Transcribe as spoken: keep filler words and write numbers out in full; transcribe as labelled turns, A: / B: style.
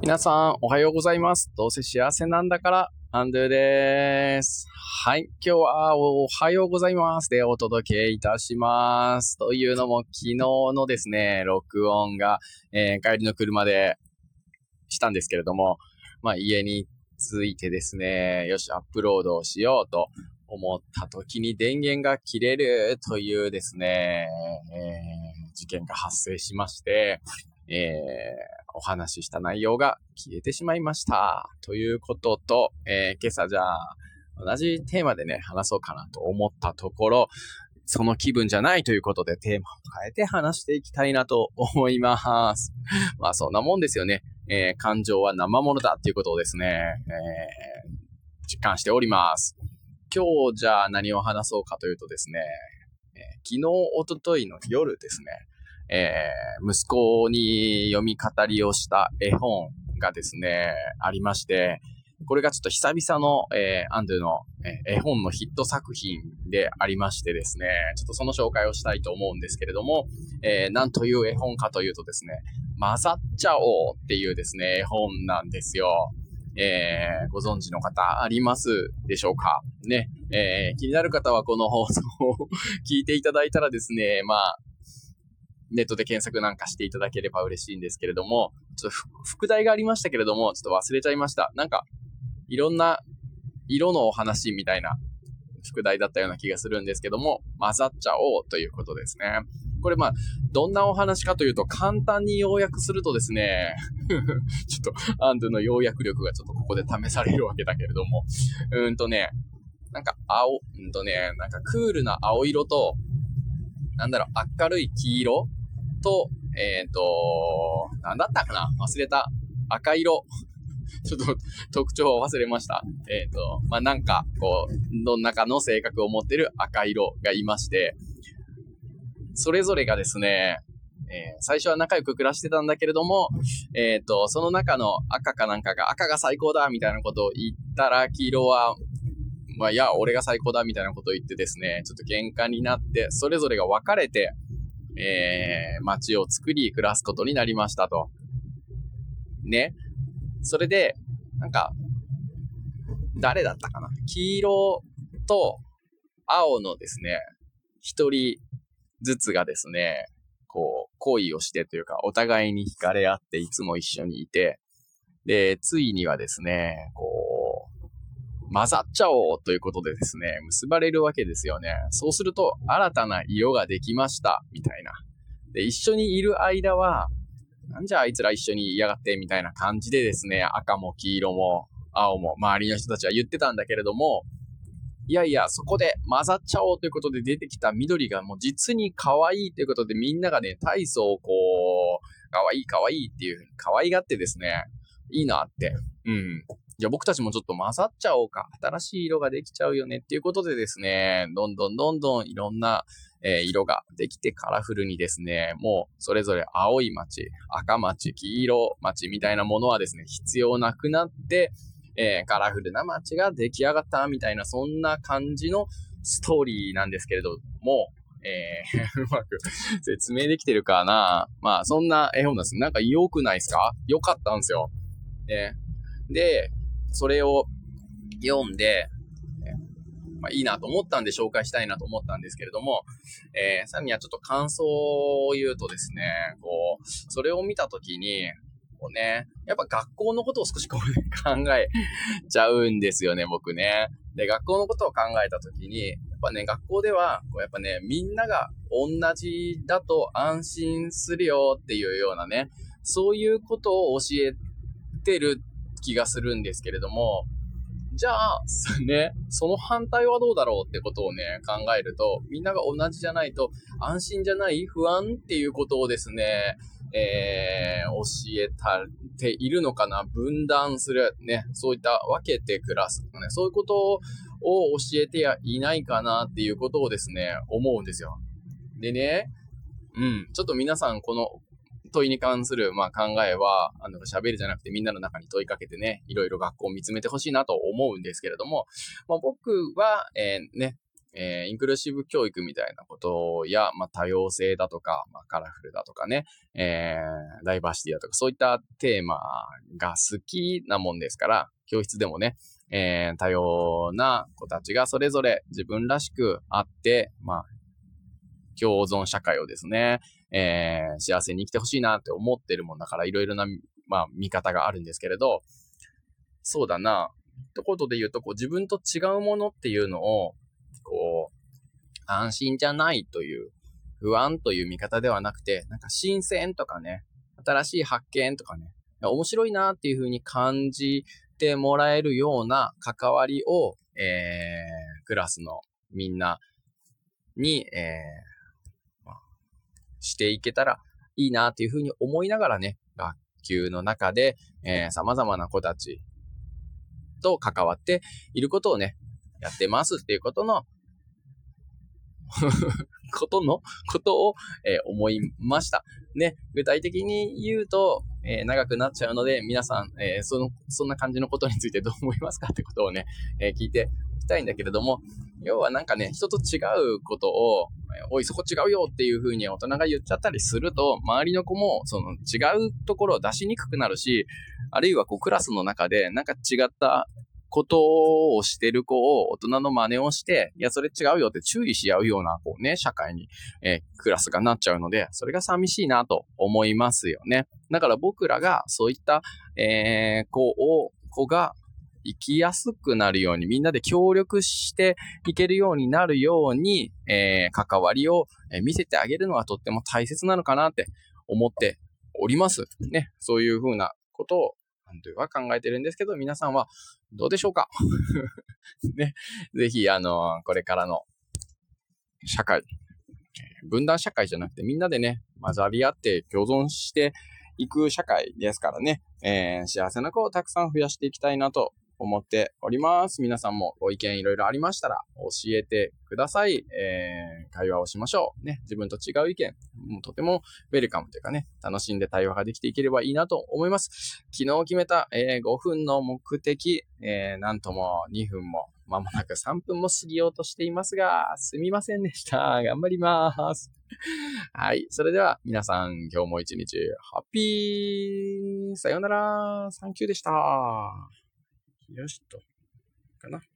A: 皆さん、おはようございます。どうせ幸せなんだから、アンドゥです。はい。今日は、おはようございます。で、お届けいたします。というのも、昨日のですね、録音が、えー、帰りの車でしたんですけれども、まあ、家に着いてですね、よし、アップロードをしようと思った時に電源が切れるというですね、えー、事件が発生しまして、えー、お話しした内容が消えてしまいました。ということと、えー、今朝じゃあ、同じテーマでね、話そうかなと思ったところ、その気分じゃないということでテーマを変えて話していきたいなと思います。まあそんなもんですよね。えー、感情は生ものだっていうことをですね、えー、実感しております。今日じゃあ何を話そうかというとですね、えー、昨日、おとといの夜ですね、えー、息子に読み語りをした絵本がですね、ありまして、これがちょっと久々の、えー、アンドゥの、えー、絵本のヒット作品でありましてですね、ちょっとその紹介をしたいと思うんですけれども、えー、なんという絵本かというとですね、混ざっちゃおうっていうですね、絵本なんですよ。えー、ご存知の方ありますでしょうかね、えー、気になる方はこの放送を聞いていただいたらですね、まあ、ネットで検索なんかしていただければ嬉しいんですけれども、ちょっと副題がありましたけれども、ちょっと忘れちゃいました。なんか、いろんな色のお話みたいな副題だったような気がするんですけども、混ざっちゃおうということですね。これまあ、どんなお話かというと、簡単に要約するとですね、ちょっと、アンドゥの要約力がちょっとここで試されるわけだけれども、うーんとね、なんか青、うんとね、なんかクールな青色と、なんだろう、明るい黄色と、えっと、なんだったかな忘れた。赤色。ちょっと特徴を忘れました。えっと、まあ、なんか、こう、どん中の性格を持ってる赤色がいまして、それぞれがですね、えー、最初は仲良く暮らしてたんだけれども、えっと、その中の赤かなんかが、赤が最高だみたいなことを言ったら、黄色は、まあ、いや、俺が最高だみたいなことを言ってですね、ちょっと喧嘩になって、それぞれが分かれて、えー、街を作り暮らすことになりましたと。ね。それで、なんか、誰だったかな？黄色と青のですね、一人ずつがですね、こう、恋をしてというか、お互いに惹かれ合っていつも一緒にいて、で、ついにはですね、こう、混ざっちゃおうということでですね、結ばれるわけですよね。そうすると、新たな色ができました、みたいな。で、一緒にいる間は、なんじゃあいつら一緒にいやがってみたいな感じでですね、赤も黄色も青も周りの人たちは言ってたんだけれども、いやいや、そこで混ざっちゃおうということで出てきた緑がもう実に可愛いということでみんながね、大層こう、可愛い可愛いっていう風に可愛がってですね、いいなって。うん。じゃあ僕たちもちょっと混ざっちゃおうか。新しい色ができちゃうよねっていうことでですね、どんどんどんどんいろんなえー、色ができてカラフルにですね、もうそれぞれ青い街、赤街、黄色街みたいなものはですね、必要なくなって、えー、カラフルな街が出来上がったみたいな、そんな感じのストーリーなんですけれども、えー、うまく説明できてるかな。まあ、そんな絵本です。なんか良くないですか？良かったんですよ。ね。で、それを読んで、まあ、いいなと思ったんで紹介したいなと思ったんですけれども、えー、さらにはちょっと感想を言うとですね、こう、それを見たときに、こうね、やっぱ学校のことを少しこう考えちゃうんですよね、僕ね。で、学校のことを考えたときに、やっぱね、学校では、こうやっぱね、みんなが同じだと安心するよっていうようなね、そういうことを教えてる気がするんですけれども、じゃあ、ね、その反対はどうだろうってことをね、考えると、みんなが同じじゃないと安心じゃない不安っていうことをですね、えー、教えたっているのかな、分断する、ね、そういった分けて暮らすとかね、そういうことを教えてやいないかなっていうことをですね、思うんですよ。でね、うん、ちょっと皆さんこの問いに関する、まあ、考えは、あの、喋るじゃなくてみんなの中に問いかけてね、いろいろ学校を見つめてほしいなと思うんですけれども、まあ、僕は、えー、ね、 えー、インクルーシブ教育みたいなことや、まあ、多様性だとか、まあ、カラフルだとかね、えー、ダイバーシティだとか、そういったテーマが好きなもんですから、教室でもね、えー、多様な子たちがそれぞれ自分らしくあって、まあ、共存社会をですね、えー、幸せに生きてほしいなって思ってるもんだから、いろいろな、まあ、見方があるんですけれど、そうだな、一言で言うと、こう、自分と違うものっていうのを、こう、安心じゃないという、不安という見方ではなくて、なんか新鮮とかね、新しい発見とかね、面白いなっていう風に感じてもらえるような関わりを、えー、クラスのみんなに、えーまあ、していけたらいいなっていう風に思いながらね、学級の中で、えー、様々な子たちと関わっていることをね、やってますっていうことのことのことを、えー、思いました。ね、具体的に言うと、えー、長くなっちゃうので、皆さん、えー、その、そんな感じのことについてどう思いますかってことをね、えー、聞いていきたいんだけれども、要はなんかね、人と違うことを、おい、そこ違うよっていう風に大人が言っちゃったりすると、周りの子も、その違うところを出しにくくなるし、あるいはこうクラスの中でなんか違ったことをしてる子を大人の真似をして、いや、それ違うよって注意し合うような、こうね、社会に、えー、クラスがなっちゃうので、それが寂しいなと思いますよね。だから僕らがそういった、えー、子を、子が生きやすくなるように、みんなで協力していけるようになるように、えー、関わりを見せてあげるのはとっても大切なのかなって思っております。ね、そういうふうなことを、なんというか考えてるんですけど、皆さんはどうでしょうかね。ぜひ、あの、これからの社会、分断社会じゃなくてみんなでね、混ざり合って共存していく社会ですからね、えー、幸せな子をたくさん増やしていきたいなと思っております。皆さんもご意見いろいろありましたら教えてください。えー、会話をしましょう。ね、自分と違う意見、もうとてもウェルカムというかね、楽しんで対話ができていければいいなと思います。昨日決めた、えー、ごふんの目的、えー、なんともにふんもまもなくさんぷんも過ぎようとしていますが、すみませんでした。頑張ります。はい。それでは皆さん、今日も一日ハッピーさようなら。サンキューでした。よしと。かな。